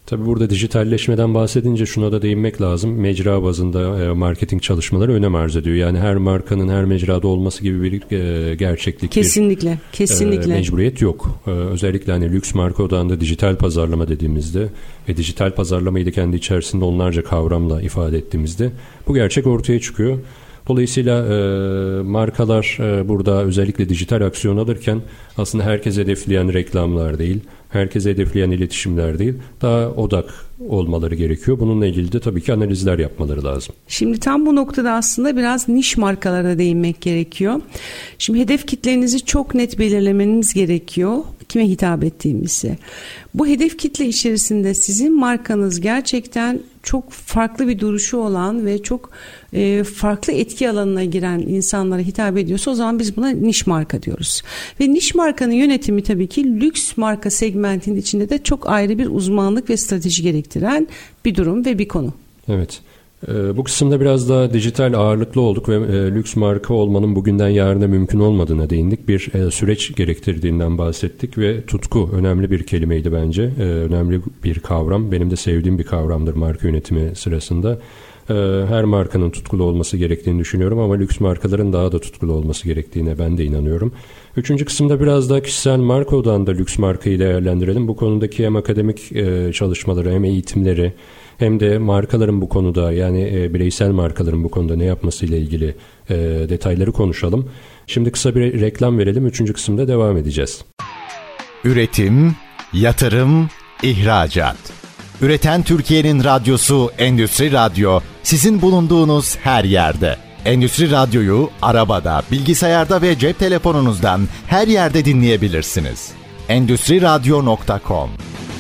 Tabii burada dijitalleşmeden bahsedince şuna da değinmek lazım. Mecra bazında marketing çalışmaları önem arz ediyor. Yani her markanın her mecrada olması gibi bir gerçeklik, kesinlikle, bir kesinlikle. mecburiyet yok. Özellikle hani lüks marka odağında dijital pazarlama dediğimizde ve dijital pazarlamayı da kendi içerisinde onlarca kavramla ifade ettiğimizde bu gerçek ortaya çıkıyor. Dolayısıyla e, markalar e, burada özellikle dijital aksiyon alırken aslında herkese hedefleyen reklamlar değil, herkese hedefleyen iletişimler değil, daha odak olmaları gerekiyor. Bununla ilgili de tabii ki analizler yapmaları lazım. Şimdi tam bu noktada aslında biraz niş markalara değinmek gerekiyor. Şimdi hedef kitlenizi çok net belirlemeniz gerekiyor. Kime hitap ettiğimizi. Bu hedef kitle içerisinde sizin markanız gerçekten çok farklı bir duruşu olan ve çok e, farklı etki alanına giren insanlara hitap ediyorsa o zaman biz buna niş marka diyoruz. Ve niş markanın yönetimi tabii ki lüks marka segmentinin içinde de çok ayrı bir uzmanlık ve strateji gerektiren bir durum ve bir konu. Evet. Bu kısımda biraz daha dijital ağırlıklı olduk ve e, lüks marka olmanın bugünden yarına mümkün olmadığına değindik. Bir e, süreç gerektirdiğinden bahsettik ve tutku önemli bir kelimeydi bence. E, önemli bir kavram. Benim de sevdiğim bir kavramdır marka yönetimi sırasında. E, her markanın tutkulu olması gerektiğini düşünüyorum ama lüks markaların daha da tutkulu olması gerektiğine ben de inanıyorum. Üçüncü kısımda biraz daha kişisel marka odağında lüks markayı değerlendirelim. Bu konudaki hem akademik e, çalışmaları hem eğitimleri hem de markaların bu konuda yani e, bireysel markaların bu konuda ne yapmasıyla ilgili e, detayları konuşalım. Şimdi kısa bir reklam verelim. Üçüncü kısımda devam edeceğiz. Üretim, yatırım, ihracat. Üreten Türkiye'nin radyosu Endüstri Radyo sizin bulunduğunuz her yerde. Endüstri Radyo'yu arabada, bilgisayarda ve cep telefonunuzdan her yerde dinleyebilirsiniz. endüstri radyo nokta com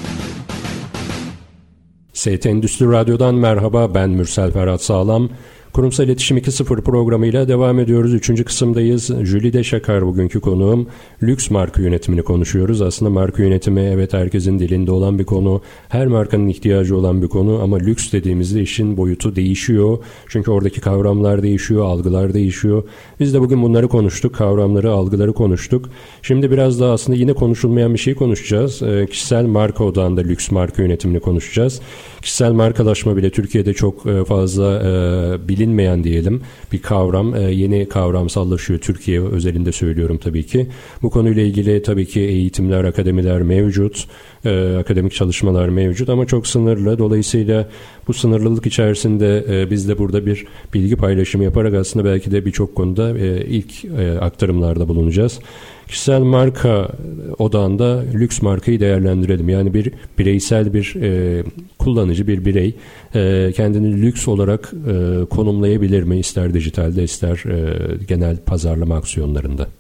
S T Endüstri Radyo'dan merhaba, ben Mürsel Ferhat Sağlam. Kurumsal İletişim iki nokta sıfır programıyla devam ediyoruz. Üçüncü kısımdayız. Jülide Şakar bugünkü konuğum. Lüks marka yönetimini konuşuyoruz. Aslında marka yönetimi evet herkesin dilinde olan bir konu. Her markanın ihtiyacı olan bir konu ama lüks dediğimizde işin boyutu değişiyor. Çünkü oradaki kavramlar değişiyor, algılar değişiyor. Biz de bugün bunları konuştuk. Kavramları, algıları konuştuk. Şimdi biraz daha aslında yine konuşulmayan bir şey konuşacağız. E, kişisel marka odağında lüks marka yönetimini konuşacağız. Kişisel markalaşma bile Türkiye'de çok fazla e, bilinmeyen diyelim bir kavram. E, yeni kavramsallaşıyor Türkiye özelinde söylüyorum tabii ki. Bu konuyla ilgili tabii ki eğitimler, akademiler mevcut. E, akademik çalışmalar mevcut ama çok sınırlı. Dolayısıyla bu sınırlılık içerisinde e, biz de burada bir bilgi paylaşımı yaparak aslında belki de birçok konuda e, ilk e, aktarımlarda bulunacağız. Kişisel marka odağında lüks markayı değerlendirelim. Yani bir bireysel bir e, kullanıcı, bir birey e, kendini lüks olarak e, konumlayabilir mi? İster dijitalde ister e, genel pazarlama aksiyonlarında.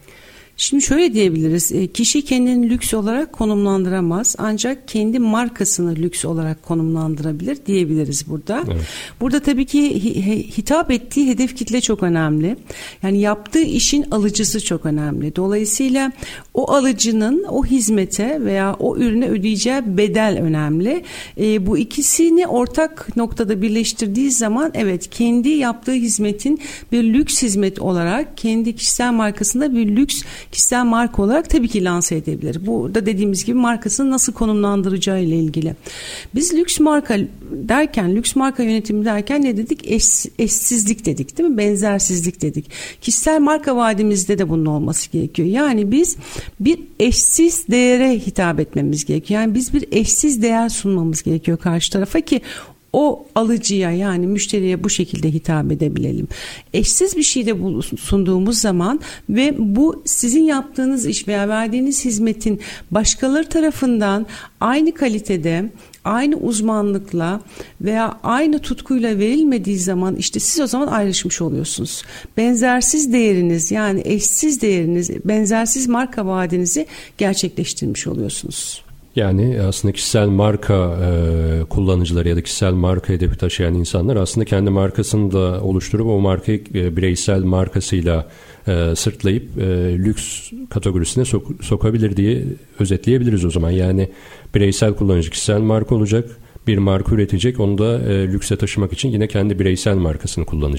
Şimdi şöyle diyebiliriz, kişi kendini lüks olarak konumlandıramaz ancak kendi markasını lüks olarak konumlandırabilir diyebiliriz burada. Evet. Burada tabii ki hitap ettiği hedef kitle çok önemli. Yani yaptığı işin alıcısı çok önemli. Dolayısıyla o alıcının o hizmete veya o ürüne ödeyeceği bedel önemli. E, bu ikisini ortak noktada birleştirdiği zaman evet kendi yaptığı hizmetin bir lüks hizmet olarak kendi kişisel markasında bir lüks kişisel marka olarak tabii ki lanse edebilir. Burada dediğimiz gibi markasını nasıl konumlandıracağı ile ilgili. Biz lüks marka derken, lüks marka yönetimi derken ne dedik? Eş, eşsizlik dedik değil mi? Benzersizlik dedik. Kişisel marka vaadimizde de bunun olması gerekiyor. Yani biz bir eşsiz değere hitap etmemiz gerekiyor. Yani biz bir eşsiz değer sunmamız gerekiyor karşı tarafa ki o alıcıya yani müşteriye bu şekilde hitap edebilelim. Eşsiz bir şey de sunduğumuz zaman ve bu sizin yaptığınız iş veya verdiğiniz hizmetin başkaları tarafından aynı kalitede, aynı uzmanlıkla veya aynı tutkuyla verilmediği zaman işte siz o zaman ayrışmış oluyorsunuz. Benzersiz değeriniz yani eşsiz değeriniz, benzersiz marka vaadinizi gerçekleştirmiş oluyorsunuz. Yani aslında kişisel marka e, kullanıcıları ya da kişisel marka hedefi taşıyan insanlar aslında kendi markasını da oluşturup o markayı e, bireysel markasıyla e, sırtlayıp e, lüks kategorisine sok- sokabilir diye özetleyebiliriz o zaman. Yani bireysel kullanıcı kişisel marka olacak, bir marka üretecek, onu da e, lükse taşımak için yine kendi bireysel markasını kullanacak.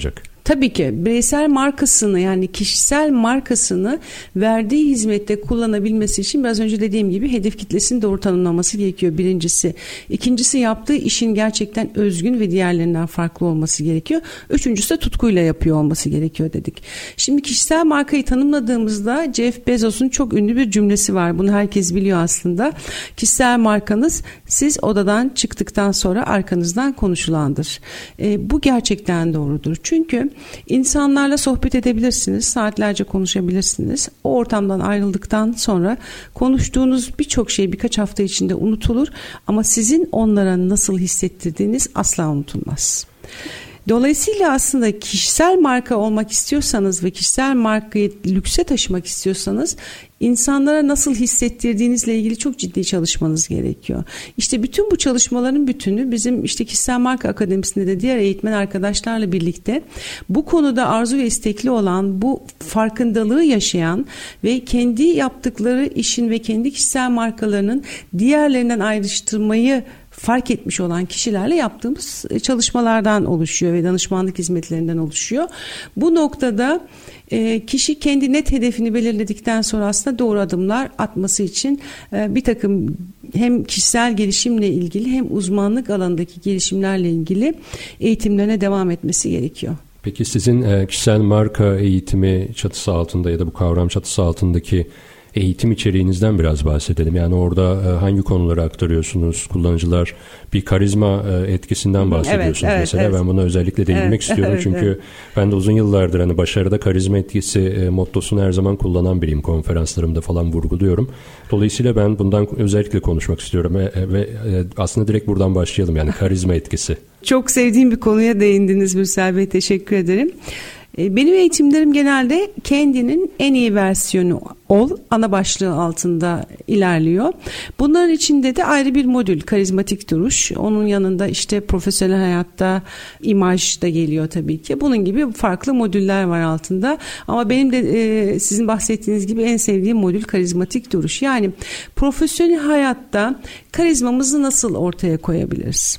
Tabii ki bireysel markasını, yani kişisel markasını verdiği hizmette kullanabilmesi için biraz önce dediğim gibi hedef kitlesini doğru tanımlaması gerekiyor birincisi. İkincisi, yaptığı işin gerçekten özgün ve diğerlerinden farklı olması gerekiyor. Üçüncüsü de tutkuyla yapıyor olması gerekiyor dedik. Şimdi kişisel markayı tanımladığımızda Jeff Bezos'un çok ünlü bir cümlesi var. Bunu herkes biliyor aslında. Kişisel markanız siz odadan çıktıktan sonra arkanızdan konuşulandır. E, bu gerçekten doğrudur. Çünkü insanlarla sohbet edebilirsiniz, saatlerce konuşabilirsiniz. O ortamdan ayrıldıktan sonra konuştuğunuz birçok şey birkaç hafta içinde unutulur ama sizin onlara nasıl hissettirdiğiniz asla unutulmaz. Dolayısıyla aslında kişisel marka olmak istiyorsanız ve kişisel markayı lükse taşımak istiyorsanız insanlara nasıl hissettirdiğinizle ilgili çok ciddi çalışmanız gerekiyor. İşte bütün bu çalışmaların bütünü bizim işte Kişisel Marka Akademisi'nde de diğer eğitmen arkadaşlarla birlikte bu konuda arzu ve istekli olan, bu farkındalığı yaşayan ve kendi yaptıkları işin ve kendi kişisel markalarının diğerlerinden ayrıştırmayı fark etmiş olan kişilerle yaptığımız çalışmalardan oluşuyor ve danışmanlık hizmetlerinden oluşuyor. Bu noktada e, kişi kendi net hedefini belirledikten sonra aslında doğru adımlar atması için e, bir takım hem kişisel gelişimle ilgili hem uzmanlık alanındaki gelişimlerle ilgili eğitimlerine devam etmesi gerekiyor. Peki sizin e, kişisel marka eğitimi çatısı altında ya da bu kavram çatısı altındaki eğitim içeriğinizden biraz bahsedelim. Yani orada hangi konuları aktarıyorsunuz? Kullanıcılar bir karizma etkisinden bahsediyorsunuz evet, evet, mesela. Evet. Ben buna özellikle değinmek evet, istiyorum. Evet, çünkü evet. ben de uzun yıllardır hani başarıda karizma etkisi mottosunu her zaman kullanan biriyim. Konferanslarımda falan vurguluyorum. Dolayısıyla ben bundan özellikle konuşmak istiyorum ve, ve aslında direkt buradan başlayalım. Yani karizma etkisi. Çok sevdiğim bir konuya değindiniz Mürsel Bey. Teşekkür ederim. Benim eğitimlerim genelde kendinin en iyi versiyonu ol ana başlığı altında ilerliyor. Bunların içinde de ayrı bir modül, karizmatik duruş. Onun yanında işte profesyonel hayatta imaj da geliyor tabii ki. Bunun gibi farklı modüller var altında. Ama benim de e, sizin bahsettiğiniz gibi en sevdiğim modül karizmatik duruş. Yani profesyonel hayatta karizmamızı nasıl ortaya koyabiliriz?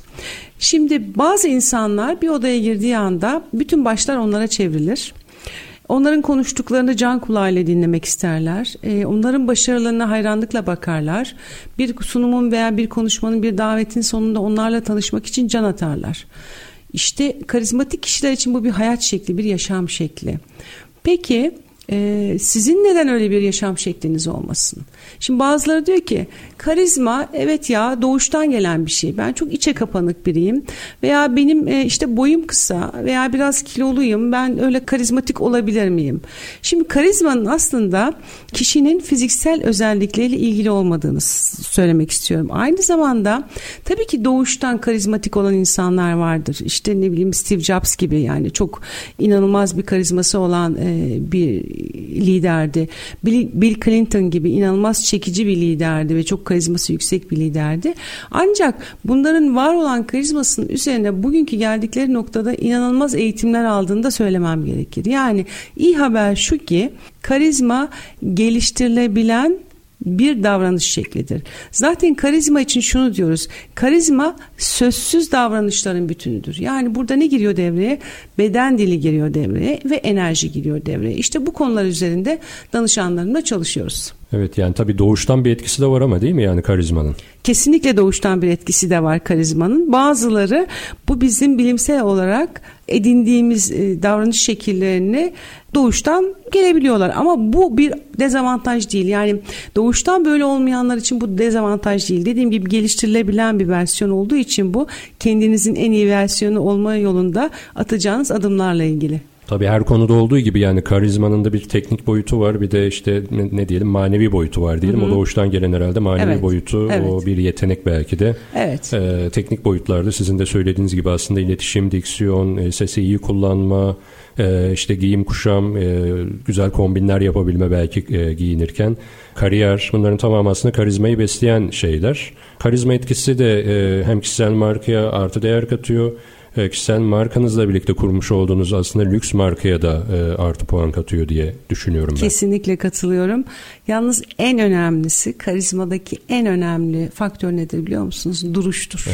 Şimdi bazı insanlar bir odaya girdiği anda bütün başlar onlara çevrilir. Onların konuştuklarını can kulağıyla dinlemek isterler. Ee, onların başarılarına hayranlıkla bakarlar. Bir sunumun veya bir konuşmanın, bir davetin sonunda onlarla tanışmak için can atarlar. İşte karizmatik kişiler için bu bir hayat şekli, bir yaşam şekli. Peki Ee, sizin neden öyle bir yaşam şekliniz olmasın? Şimdi bazıları diyor ki karizma evet ya doğuştan gelen bir şey. Ben çok içe kapanık biriyim veya benim e, işte boyum kısa veya biraz kiloluyum. Ben öyle karizmatik olabilir miyim? Şimdi karizmanın aslında kişinin fiziksel özellikleriyle ilgili olmadığını söylemek istiyorum. Aynı zamanda tabii ki doğuştan karizmatik olan insanlar vardır. İşte ne bileyim Steve Jobs gibi, yani çok inanılmaz bir karizması olan e, bir liderdi. Bill, Bill Clinton gibi inanılmaz çekici bir liderdi ve çok karizması yüksek bir liderdi. Ancak bunların var olan karizmasının üzerine bugünkü geldikleri noktada inanılmaz eğitimler aldığını da söylemem gerekir. Yani iyi haber şu ki karizma geliştirilebilen bir davranış şeklidir. Zaten karizma için şunu diyoruz. Karizma sözsüz davranışların bütünüdür. Yani burada ne giriyor devreye? Beden dili giriyor devreye ve enerji giriyor devreye. İşte bu konular üzerinde danışanlarımla çalışıyoruz. Evet, yani tabii doğuştan bir etkisi de var ama değil mi yani karizmanın? Kesinlikle doğuştan bir etkisi de var karizmanın. Bazıları bu bizim bilimsel olarak edindiğimiz davranış şekillerini doğuştan gelebiliyorlar. Ama bu bir dezavantaj değil. Yani doğuştan böyle olmayanlar için bu dezavantaj değil. Dediğim gibi geliştirilebilen bir versiyon olduğu için bu kendinizin en iyi versiyonu olma yolunda atacağınız adımlarla ilgili. Tabii her konuda olduğu gibi yani karizmanın da bir teknik boyutu var, bir de işte ne, ne diyelim manevi boyutu var diyelim. Hı hı. O doğuştan gelen herhalde manevi evet, boyutu, evet. O bir yetenek belki de. Evet. Ee, teknik boyutlarda sizin de söylediğiniz gibi aslında iletişim, diksiyon, sesi iyi kullanma, e, işte giyim kuşam, e, güzel kombinler yapabilme belki e, giyinirken, kariyer, bunların tamamı aslında karizmayı besleyen şeyler. Karizma etkisi de e, hem kişisel markaya artı değer katıyor. Kişisel markanızla birlikte kurmuş olduğunuz aslında lüks markaya da e, artı puan katıyor diye düşünüyorum ben. Kesinlikle katılıyorum. Yalnız en önemlisi, karizmadaki en önemli faktör nedir biliyor musunuz? Duruştur. Evet.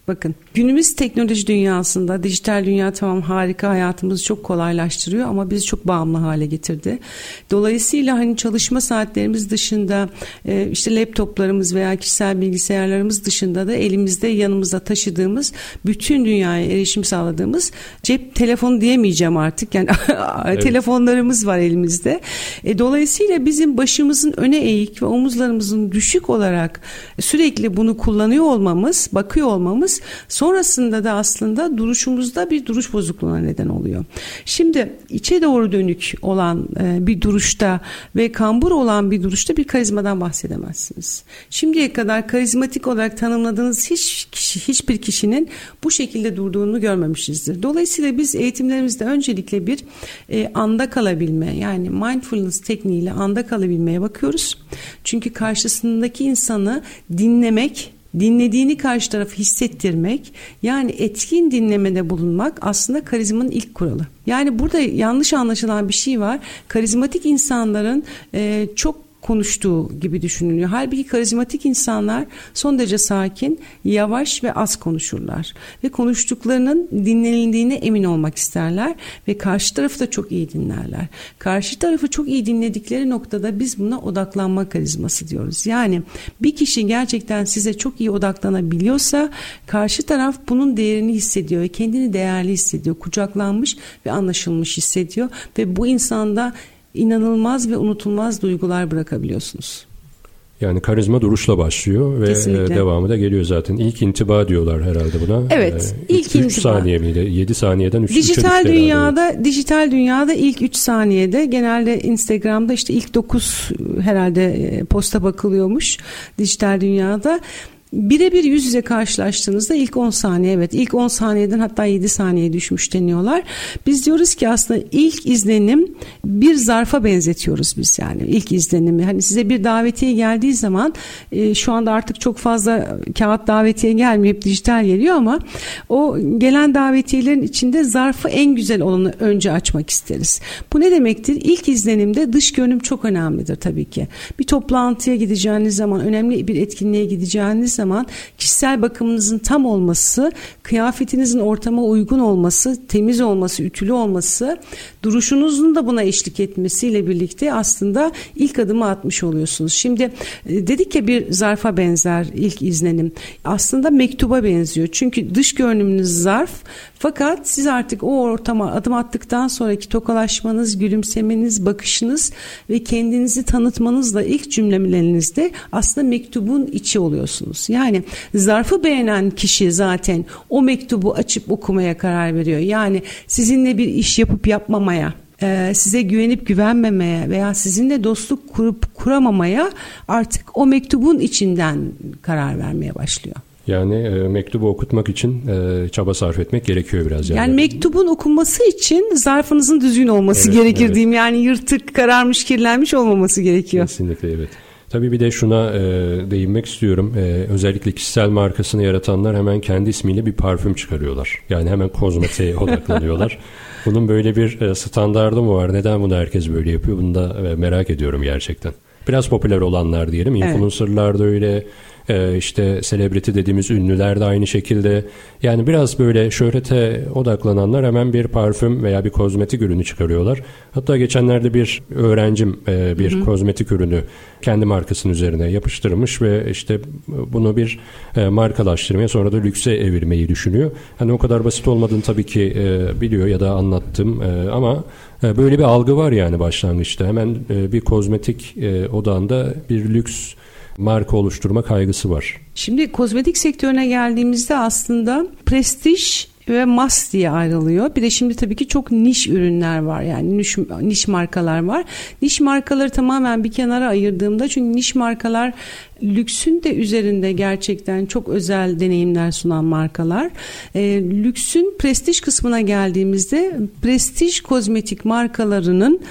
Bakın, günümüz teknoloji dünyasında dijital dünya tamam harika, hayatımızı çok kolaylaştırıyor ama bizi çok bağımlı hale getirdi. Dolayısıyla hani çalışma saatlerimiz dışında e, işte laptoplarımız veya kişisel bilgisayarlarımız dışında da elimizde yanımızda taşıdığımız, bütün dünyaya erişim sağladığımız cep telefonu diyemeyeceğim artık. Yani evet. Telefonlarımız var elimizde. E, dolayısıyla bizim başımızın öne eğik ve omuzlarımızın düşük olarak sürekli bunu kullanıyor olmamız, bakıyor olmamız sonrasında da aslında duruşumuzda bir duruş bozukluğuna neden oluyor. Şimdi içe doğru dönük olan e, bir duruşta ve kambur olan bir duruşta bir karizmadan bahsedemezsiniz. Şimdiye kadar karizmatik olarak tanımladığınız hiç kişi, hiçbir kişinin bu şekilde durduğunu görmemişizdir. Dolayısıyla biz eğitimlerimizde öncelikle bir e, anda kalabilme, yani mindfulness tekniğiyle anda kalabilmeye bakıyoruz. Çünkü karşısındaki insanı dinlemek, dinlediğini karşı tarafı hissettirmek, yani etkin dinlemede bulunmak aslında karizmanın ilk kuralı. Yani burada yanlış anlaşılan bir şey var. Karizmatik insanların e, çok konuştuğu gibi düşünülüyor. Halbuki karizmatik insanlar son derece sakin, yavaş ve az konuşurlar. Ve konuştuklarının dinlenildiğine emin olmak isterler ve karşı tarafı da çok iyi dinlerler. Karşı tarafı çok iyi dinledikleri noktada biz buna odaklanma karizması diyoruz. Yani bir kişi gerçekten size çok iyi odaklanabiliyorsa karşı taraf bunun değerini hissediyor ve kendini değerli hissediyor. Kucaklanmış ve anlaşılmış hissediyor ve bu insanda inanılmaz ve unutulmaz duygular bırakabiliyorsunuz. Yani karizma duruşla başlıyor ve Kesinlikle. devamı da geliyor zaten. İlk intiba diyorlar herhalde buna. Evet, ee, ilk intiba. üç saniye miydi? yedi saniyeden üç Dijital dünyada herhalde. Dijital dünyada ilk üç saniyede, genelde Instagram'da işte ilk dokuz herhalde posta bakılıyormuş dijital dünyada. Birebir yüz yüze karşılaştığınızda ilk on saniye, evet ilk on saniyeden hatta yedi saniye düşmüş deniyorlar. Biz diyoruz ki aslında ilk izlenim bir zarfa benzetiyoruz biz, yani ilk izlenimi. Hani size bir davetiye geldiği zaman e, şu anda artık çok fazla kağıt davetiye gelmiyor, hep dijital geliyor ama o gelen davetiyelerin içinde zarfı en güzel olanı önce açmak isteriz. Bu ne demektir? İlk izlenimde dış görünüm çok önemlidir tabii ki. Bir toplantıya gideceğiniz zaman, önemli bir etkinliğe gideceğiniz zaman zaman kişisel bakımınızın tam olması, kıyafetinizin ortama uygun olması, temiz olması, ütülü olması, duruşunuzun da buna eşlik etmesiyle birlikte aslında ilk adımı atmış oluyorsunuz. Şimdi dedik ya bir zarfa benzer ilk izlenim. Aslında mektuba benziyor. Çünkü dış görünümünüz zarf, fakat siz artık o ortama adım attıktan sonraki tokalaşmanız, gülümsemeniz, bakışınız ve kendinizi tanıtmanızla ilk cümlelerinizde aslında mektubun içi oluyorsunuz. Yani zarfı beğenen kişi zaten o mektubu açıp okumaya karar veriyor. Yani sizinle bir iş yapıp yapmamaya, size güvenip güvenmemeye veya sizinle dostluk kurup kuramamaya artık o mektubun içinden karar vermeye başlıyor. Yani e, mektubu okutmak için e, çaba sarf etmek gerekiyor biraz. Yani. yani mektubun okunması için zarfınızın düzgün olması evet, gerekir evet. diyeyim. Yani yırtık, kararmış, kirlenmiş olmaması gerekiyor. Kesinlikle evet. Tabii bir de şuna e, değinmek istiyorum. E, özellikle kişisel markasını yaratanlar hemen kendi ismiyle bir parfüm çıkarıyorlar. Yani hemen kozmetiğe odaklanıyorlar. Bunun böyle bir e, standardı mı var? Neden bunu herkes böyle yapıyor? Bunu da e, merak ediyorum gerçekten. Biraz popüler olanlar diyelim. Influencerlar evet. da öyle. Ee, işte celebrity dediğimiz ünlüler de aynı şekilde. Yani biraz böyle şöhrete odaklananlar hemen bir parfüm veya bir kozmetik ürünü çıkarıyorlar. Hatta geçenlerde bir öğrencim e, bir hı hı. kozmetik ürünü kendi markasının üzerine yapıştırmış ve işte bunu bir e, markalaştırmaya, sonra da lükse evirmeyi düşünüyor. Hani o kadar basit olmadığını tabii ki e, biliyor ya da anlattım e, ama e, böyle bir algı var yani başlangıçta. Hemen e, bir kozmetik e, odağında bir lüks marka oluşturma kaygısı var. Şimdi kozmetik sektörüne geldiğimizde aslında prestij ve mass diye ayrılıyor. Bir de şimdi tabii ki çok niş ürünler var. Yani niş, niş markalar var. Niş markaları tamamen bir kenara ayırdığımda, çünkü niş markalar lüksün de üzerinde gerçekten çok özel deneyimler sunan markalar. E, lüksün prestij kısmına geldiğimizde prestij kozmetik markalarının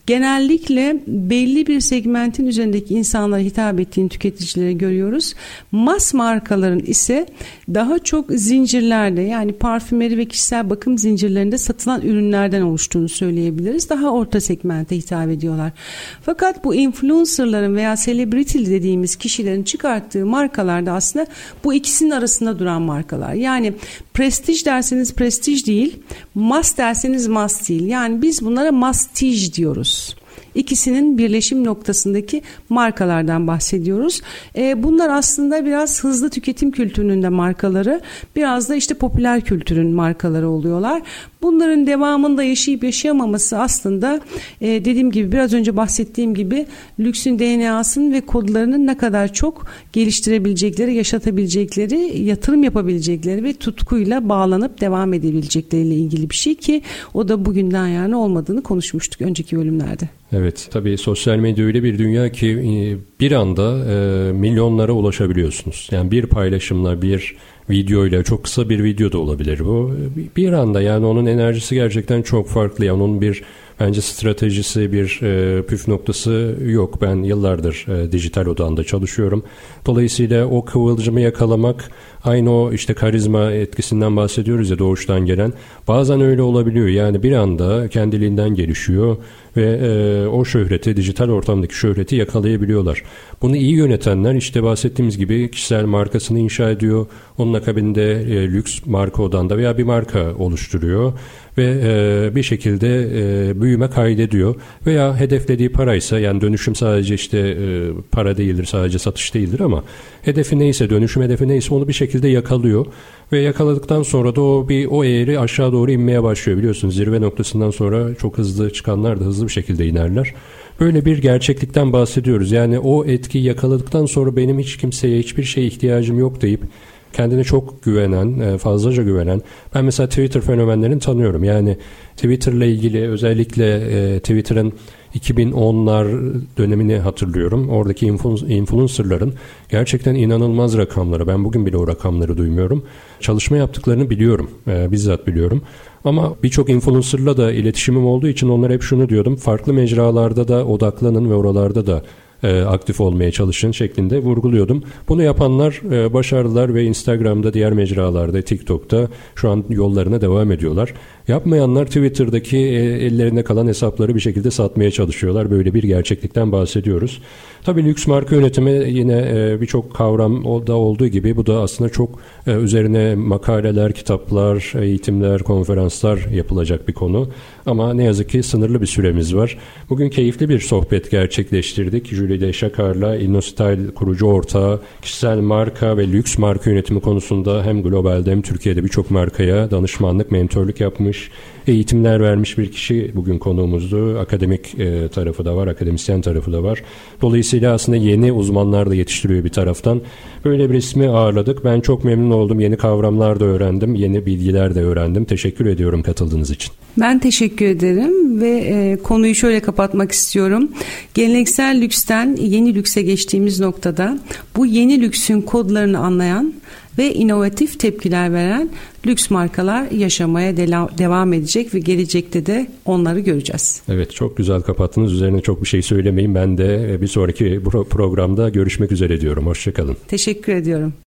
genellikle belli bir segmentin üzerindeki insanlara hitap ettiğini tüketicileri görüyoruz. Mas markaların ise daha çok zincirlerde, yani parfümeri ve kişisel bakım zincirlerinde satılan ürünlerden oluştuğunu söyleyebiliriz. Daha orta segmente hitap ediyorlar. Fakat bu influencerların veya celebrity dediğimiz kişilerin çıkarttığı markalarda aslında bu ikisinin arasında duran markalar. Yani prestij derseniz prestij değil, mass derseniz mass değil. Yani biz bunlara mastij diyoruz. İkisinin birleşim noktasındaki markalardan bahsediyoruz. E, bunlar aslında biraz hızlı tüketim kültürünün de markaları, biraz da işte popüler kültürün markaları oluyorlar. Bunların devamında yaşayıp yaşayamaması aslında e, dediğim gibi, biraz önce bahsettiğim gibi lüksün D N A'sının ve kodlarının ne kadar çok geliştirebilecekleri, yaşatabilecekleri, yatırım yapabilecekleri ve tutkuyla bağlanıp devam edebilecekleriyle ilgili bir şey ki o da bugünden yarına olmadığını konuşmuştuk önceki bölümlerde. Evet, tabii sosyal medya öyle bir dünya ki bir anda e, milyonlara ulaşabiliyorsunuz. Yani bir paylaşımla, bir videoyla, çok kısa bir video da olabilir bu. Bir anda, yani onun enerjisi gerçekten çok farklı. Yani onun bir bence stratejisi, bir e, püf noktası yok. Ben yıllardır e, dijital odağında çalışıyorum. Dolayısıyla o kıvılcımı yakalamak, aynı o işte karizma etkisinden bahsediyoruz ya, doğuştan gelen. Bazen öyle olabiliyor. Yani bir anda kendiliğinden gelişiyor ve e, o şöhreti, dijital ortamdaki şöhreti yakalayabiliyorlar. Bunu iyi yönetenler işte bahsettiğimiz gibi kişisel markasını inşa ediyor. Onun akabinde e, lüks marka odağında veya bir marka oluşturuyor ve e, bir şekilde e, büyüme kaydediyor. Veya hedeflediği paraysa, yani dönüşüm sadece işte e, para değildir, sadece satış değildir ama hedefi neyse, dönüşüm hedefi neyse onu bir şekilde yakalıyor. Ve yakaladıktan sonra da o bir o eğri aşağı doğru inmeye başlıyor. Biliyorsunuz zirve noktasından sonra çok hızlı çıkanlar da hızlı bir şekilde inerler. Böyle bir gerçeklikten bahsediyoruz. Yani o etkiyi yakaladıktan sonra benim hiç kimseye, hiçbir şeye ihtiyacım yok deyip kendine çok güvenen, fazlaca güvenen, ben mesela Twitter fenomenlerini tanıyorum. Yani Twitter'la ilgili özellikle Twitter'ın iki bin onlar dönemini hatırlıyorum. Oradaki influencerların gerçekten inanılmaz rakamları. Ben bugün bile o rakamları duymuyorum. Çalışma yaptıklarını biliyorum. E, bizzat biliyorum. Ama birçok influencerla da iletişimim olduğu için onlara hep şunu diyordum. Farklı mecralarda da odaklanın ve oralarda da e, aktif olmaya çalışın şeklinde vurguluyordum. Bunu yapanlar e, başardılar ve Instagram'da, diğer mecralarda, TikTok'ta şu an yollarına devam ediyorlar. Yapmayanlar Twitter'daki e, ellerinde kalan hesapları bir şekilde satmaya çalışıyorlar. Böyle bir gerçeklikten bahsediyoruz. Tabii lüks marka yönetimi yine e, birçok kavram da olduğu gibi bu da aslında çok e, üzerine makaleler, kitaplar, eğitimler, konferanslar yapılacak bir konu. Ama ne yazık ki sınırlı bir süremiz var. Bugün keyifli bir sohbet gerçekleştirdik. Julie Dechakar'la InnoStyle kurucu ortağı, kişisel marka ve lüks marka yönetimi konusunda hem globalde hem Türkiye'de birçok markaya danışmanlık, mentörlük yapmış, eğitimler vermiş bir kişi bugün konuğumuzdu. Akademik e, tarafı da var, akademisyen tarafı da var. Dolayısıyla aslında yeni uzmanlar da yetiştiriyor bir taraftan. Böyle bir ismi ağırladık. Ben çok memnun oldum. Yeni kavramlar da öğrendim, yeni bilgiler de öğrendim. Teşekkür ediyorum katıldığınız için. Ben teşekkür ederim ve e, konuyu şöyle kapatmak istiyorum. Geleneksel lüksten yeni lükse geçtiğimiz noktada bu yeni lüksün kodlarını anlayan ve inovatif tepkiler veren lüks markalar yaşamaya de- devam edecek ve gelecekte de onları göreceğiz. Evet, çok güzel kapattınız. Üzerine çok bir şey söylemeyin. Ben de bir sonraki programda görüşmek üzere diyorum. Hoşça kalın. Teşekkür ediyorum.